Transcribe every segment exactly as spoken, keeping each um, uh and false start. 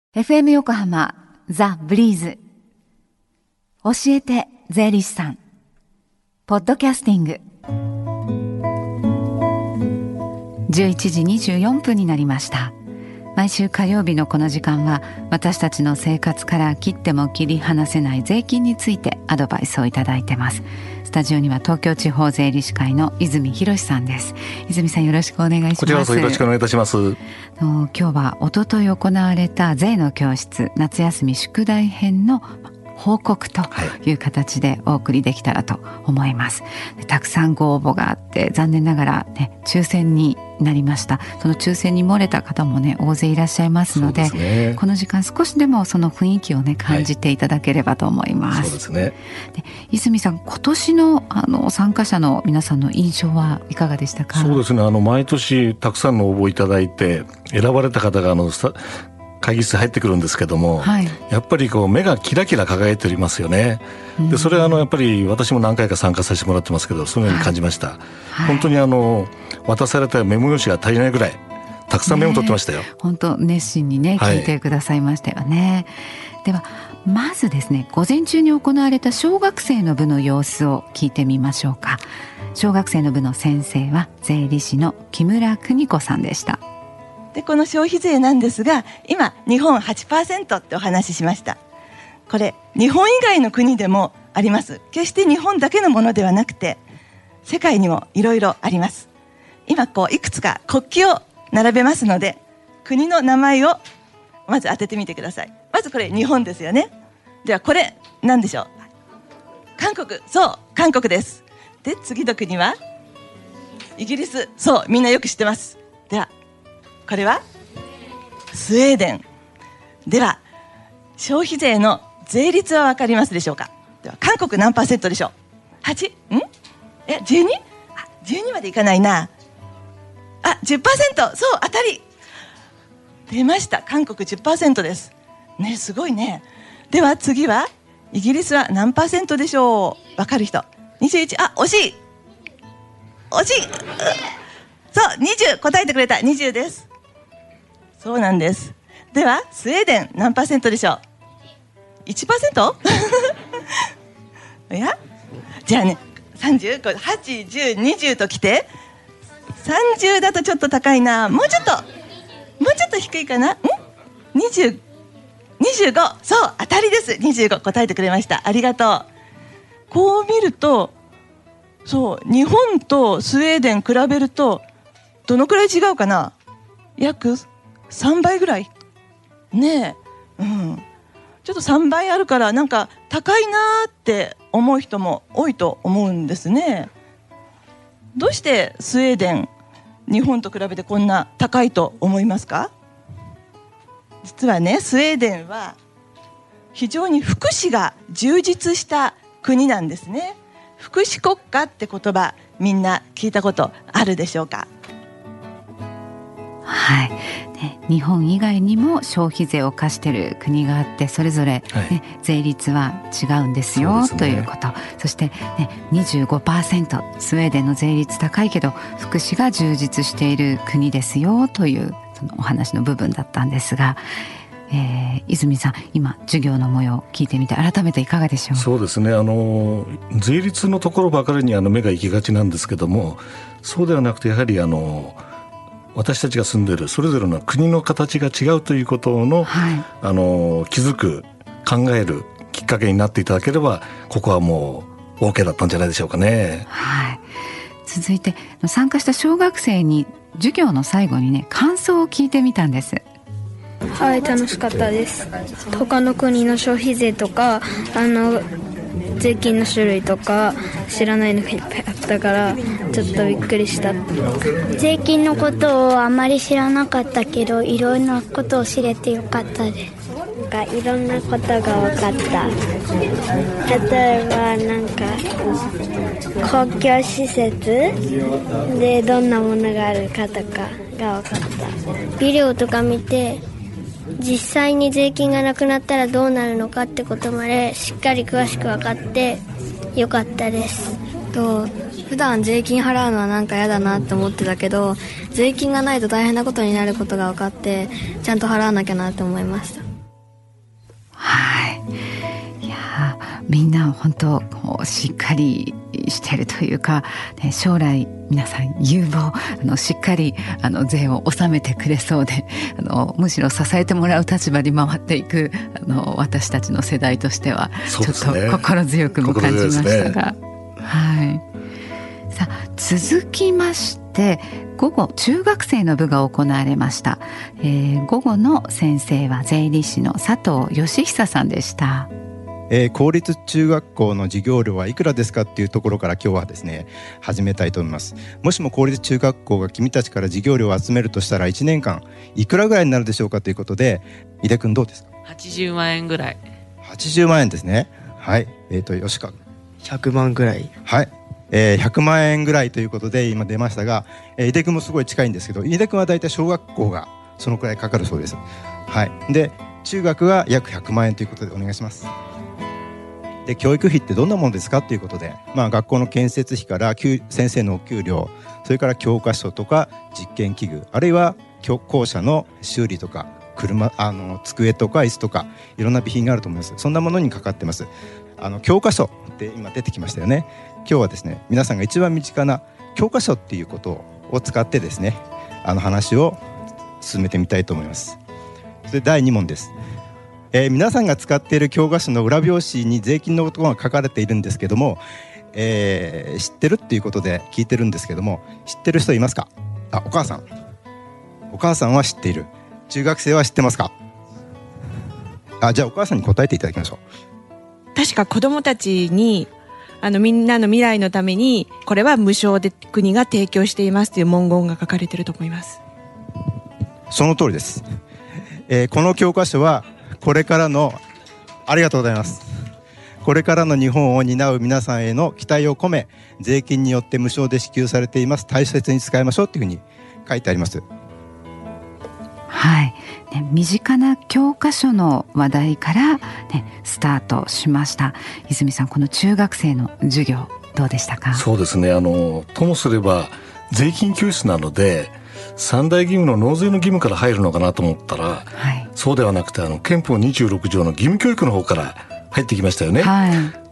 エフエム 横浜ザ・ブリーズ教えて税理士さんポッドキャスティングじゅういちじにじゅうよんぷんになりました。毎週火曜日のこの時間は私たちの生活から切っても切り離せない税金についてアドバイスをいただいてます。スタジオには東京地方税理士会の泉博さんです。泉さん、よろしくお願いします。 こちらこそよろしくお願いいたします。 今日は一昨日行われた税の教室夏休み宿題編の報告という形でお送りできたらと思います。でたくさんご応募があって残念ながら、ね、抽選になりました。その抽選に漏れた方もね大勢いらっしゃいますの で, そうですね、 この時間少しでもその雰囲気をね感じていただければと思います。 はい、そうですね。 で泉さん、今年 の, あの参加者の皆さんの印象はいかがでしたか？ そうですね、あの毎年たくさんの応募いただいて選ばれた方があの会議室入ってくるんですけども、はい、やっぱりこう目がキラキラ輝いておりますよね。でそれはあのやっぱり私も何回か参加させてもらってますけど、そういうふうに感じました。はいはい、本当にあの渡されたメモ用紙が足りないぐらいたくさんメモ取ってましたよ。ね、本当熱心にね聞いてくださいましたよね。はい、ではまずですね、午前中に行われた小学生の部の様子を聞いてみましょうか。小学生の部の先生は税理士の木村邦子さんでした。 でこの消費税なんですが、今日本 はちパーセント ってお話ししました。これ日本以外の国でもあります。決して日本だけのものではなくて世界にもいろいろあります。今こういくつか国旗を並べますので、国の名前をまず当ててみてください。まずこれ日本ですよね。ではこれ何でしょう？韓国。そう、韓国です。で次の国はイギリス。そう、みんなよく知ってます。ではこれはスウェーデン。では消費税の税率は分かりますでしょうか？では韓国何パーセントでしょう？ はち？ ん？え じゅうに？ あ じゅうに までいかないなあ。 じゅっパーセント。 そう、当たり出ました。韓国 じゅっパーセント ですね。すごいね。では次はイギリスは何パーセントでしょう？分かる人。にじゅういち。あ、惜しい惜しい。そう、にじゅう。答えてくれた。にじゅうです。そうなんです。ではスウェーデン何パーセントでしょう？ いちパーセント？ いやじゃあね、さんじゅう、はち、じゅう、にじゅうときてさんじゅうだとちょっと高いな。もうちょっともうちょっと低いかな。ん にじゅう、にじゅうご。そう当たりです。にじゅうご。答えてくれました。ありがとう。こう見るとそう日本とスウェーデン比べるとどのくらい違うかな。約さんばいぐらいねえ、うん、ちょっとさんばいあるからなんか高いなって思う人も多いと思うんですね。どうしてスウェーデン日本と比べてこんな高いと思いますか？実はね、スウェーデンは非常に福祉が充実した国なんですね。福祉国家って言葉みんな聞いたことあるでしょうか？ はい、ね、日本以外にも消費税を課している国があってそれぞれ、ねはい、税率は違うんですよということ。そして、ね、にじゅうごパーセント スウェーデンの税率高いけど福祉が充実している国ですよというそのお話の部分だったんですが、えー、泉さん、今授業の模様聞いてみて改めていかがでしょう？ そうですね、あの税率のところばかりにあの目が行きがちなんですけども、そうではなくてやはりあの私たちが住んでいるそれぞれの国の形が違うということの、はい、あの気づく考えるきっかけになっていただければここはもう OK だったんじゃないでしょうかね。 はい、続いて参加した小学生に授業の最後にね感想を聞いてみたんです。 はい、楽しかったです。他の国の消費税とかあの税金の種類とか知らないのがいっぱいあったからちょっとびっくりした。 税金のことをあまり知らなかったけどいろんなことを知れてよかったです。なんかいろんなことが分かった。例えばなんか公共施設でどんなものがあるかとかが分かった。ビデオとか見て実際に税金がなくなったらどうなるのかってことまでしっかり詳しく分かってよかったです。 と普段税金払うのはなんか嫌だなって思ってたけど税金がないと大変なことになることが分かってちゃんと払わなきゃなって思いました。 いやみんな本当しっかりしてるというか、ね、将来皆さん有望あのしっかりあの税を納めてくれそうで、あのむしろ支えてもらう立場に回っていくあの私たちの世代としてはちょっと心強くも感じましたが、はい、さあ続きまして午後中学生の部が行われました、えー、午後の先生は税理士の佐藤義久さんでした。 えー、公立中学校の授業料はいくらですかっていうところから今日はですね始めたいと思います。もしも公立中学校が君たちから授業料を集めるとしたらいちねんかんいくらぐらいになるでしょうかということで、井出君どうですか？ はちじゅうまんえんぐらい。 はちじゅうまんえんですね。はい、えーと吉川君ひゃくまんぐらい。 はい、えー、ひゃくまんえんぐらいということで今出ましたが、えー、井出君もすごい近いんですけど、井出君はだいたい小学校がそのくらいかかるそうです。はい、で中学は約ひゃくまんえんということでお願いします。で教育費ってどんなものですかということで、まあ、学校の建設費から先生のお給料、それから教科書とか実験器具、あるいは校舎の修理とか車あの机とか椅子とかいろんな備品があると思います。そんなものにかかってます。あの教科書って今出てきましたよね。今日はですね皆さんが一番身近な教科書っていうことを使ってですねあの話を進めてみたいと思います。それでだいに問です。えー、皆さんが使っている教科書の裏表紙に税金のことが書かれているんですけども、えー、知ってるっていうことで聞いてるんですけども、知ってる人いますか？あ、お母さんお母さんは知っている。中学生は知ってますか？あ、じゃあお母さんに答えていただきましょう。確か子どもたちにあのみんなの未来のためにこれは無償で国が提供していますという文言が書かれていると思います。 その通りです。えー、この教科書はこれからのありがとうございますこれからの日本を担う皆さんへの期待を込め、税金によって無償で支給されています。大切に使いましょうというふうに書いてあります。 はい、ね、身近な教科書の話題から、ね、スタートしました。泉さん、この中学生の授業どうでしたか？ そうですね、あのともすれば税金教室なので三大義務の納税の義務から入るのかなと思ったら、はい、そうではなくてあの憲法にじゅうろく条の義務教育の方から入ってきましたよね。はい、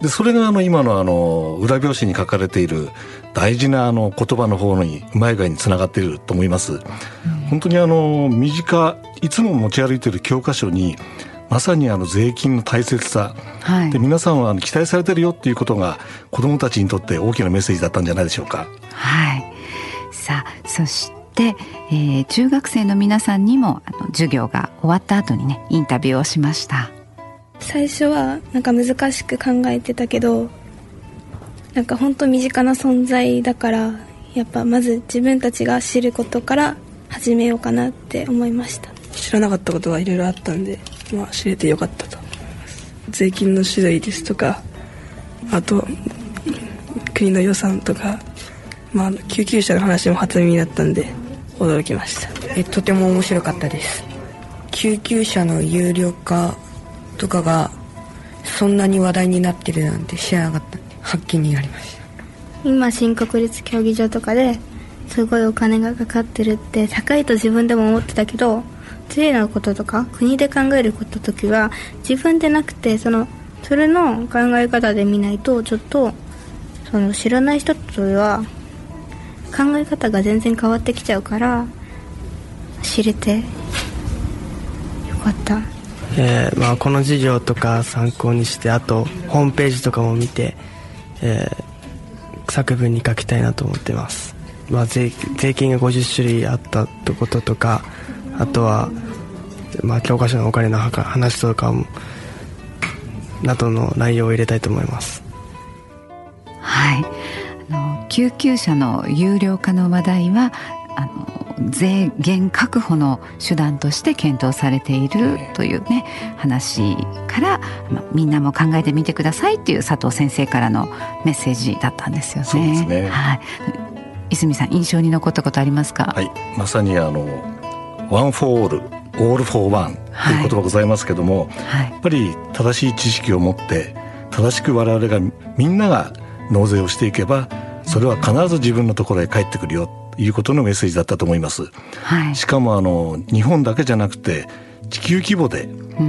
でそれがあの今のあの裏表紙に書かれている大事なあの言葉の方にうまい具合につながっていると思います。うん、本当にあの身近いつも持ち歩いている教科書にまさにあの税金の大切さ、はい、で皆さんはあの期待されているよっていうことが子どもたちにとって大きなメッセージだったんじゃないでしょうか。 はい、さあそしてで、えー、中学生の皆さんにもあの授業が終わった後にねインタビューをしました。 最初はなんか難しく考えてたけど、なんか本当身近な存在だから、やっぱまず自分たちが知ることから始めようかなって思いました。 知らなかったことがいろいろあったんで、まあ、知れてよかったと思います。税金の種類ですとか、あと国の予算とか、まあ、救急車の話も初耳だったんで驚きました。 えとても面白かったです。救急車の有料化とかがそんなに話題になってるなんて知らなかったんで発見になりました。 今新国立競技場とかですごいお金がかかってるって高いと自分でも思ってたけど、税のこととか国で考えることときは自分でなくてそのそれの考え方で見ないと、ちょっとその知らない人とは考え方が全然変わってきちゃうから、知れてよかった。 えーまあ、この授業とか参考にして、あとホームページとかも見て、えー、作文に書きたいなと思ってます。まあ、税, 税金がごじゅっしゅるいあったってこととか、あとは、まあ、教科書のお金の話とかもなどの内容を入れたいと思います。 はい、あの救急車の有料化の話題はあの税源確保の手段として検討されているというね話から、まあ、みんなも考えてみてくださいっていう佐藤先生からのメッセージだったんですよね。 そうですね、 はい、泉さん印象に残ったことありますか？ はい、まさにあのワンフォーオールオールフォーワンという言葉ございますけども、はい、やっぱり正しい知識を持って正しく我々がみんなが納税をしていけば、それは必ず自分のところへ帰ってくるよということのメッセージだったと思います。はい、しかもあの日本だけじゃなくて地球規模でお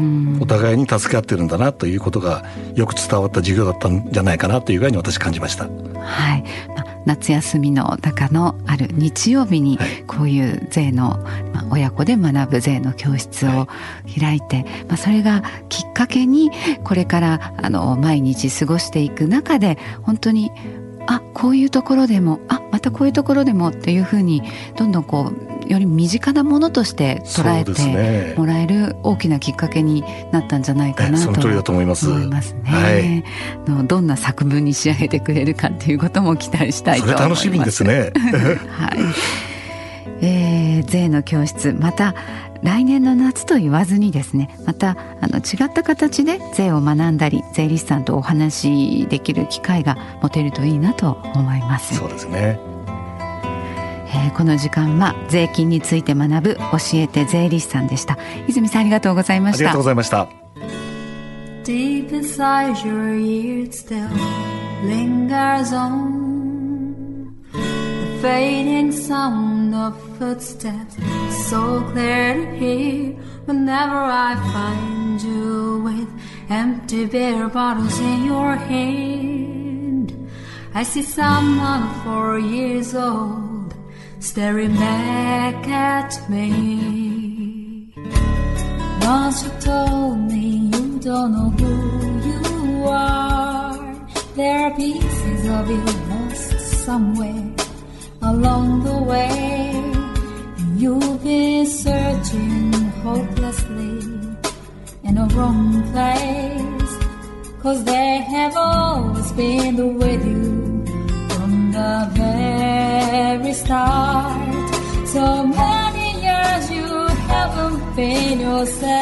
互いに助け合ってるんだなということがよく伝わった授業だったんじゃないかなという具合に私感じました。 はい、まあ、夏休みの中のある日曜日にこういう税の、まあ、親子で学ぶ税の教室を開いて、まあ、それがきっかけにこれからあの毎日過ごしていく中で本当にあこういうところでもあまたこういうところでもっていうふうにどんどんこうより身近なものとして捉えてもらえる大きなきっかけになったんじゃないかなとその通りだと思います。 思いますね。はい、のどんな作文に仕上げてくれるかということも期待したいと思います。 それ楽しみですね。 はい、えー、税の教室また来年の夏と言わずにですね、またあの違った形で税を学んだり税理士さんとお話しできる機会が持てるといいなと思います。 そうですね。 えー、この時間は税金について学ぶ教えて税理士さんでした。泉さんありがとうございました。 ありがとうございました。 Deep inside your ears still lingers on the fading sound of footsteps, so clear to hear whenever I find you with empty beer bottles in your hand. I see someone four years old staring back at me. Once you told me you don't know who you are. There are pieces of you lost somewhere along the way. You've been searching hopelessly in a wrong place, 'cause they have always been with you from the very start. So many years you haven't been yourself.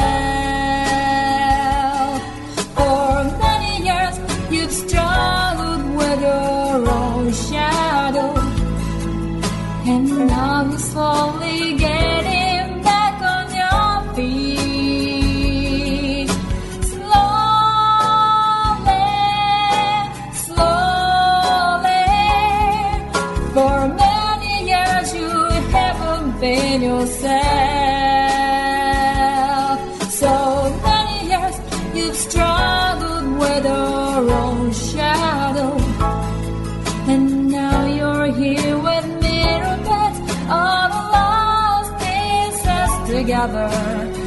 For many years you've struggled with your own shadow, and now you're slowly getting back on your feet. Slowly, slowly. For many years you haven't been yourself. So many years you've struggled with your own shadow, and now you're here with me, all the lost pieces together.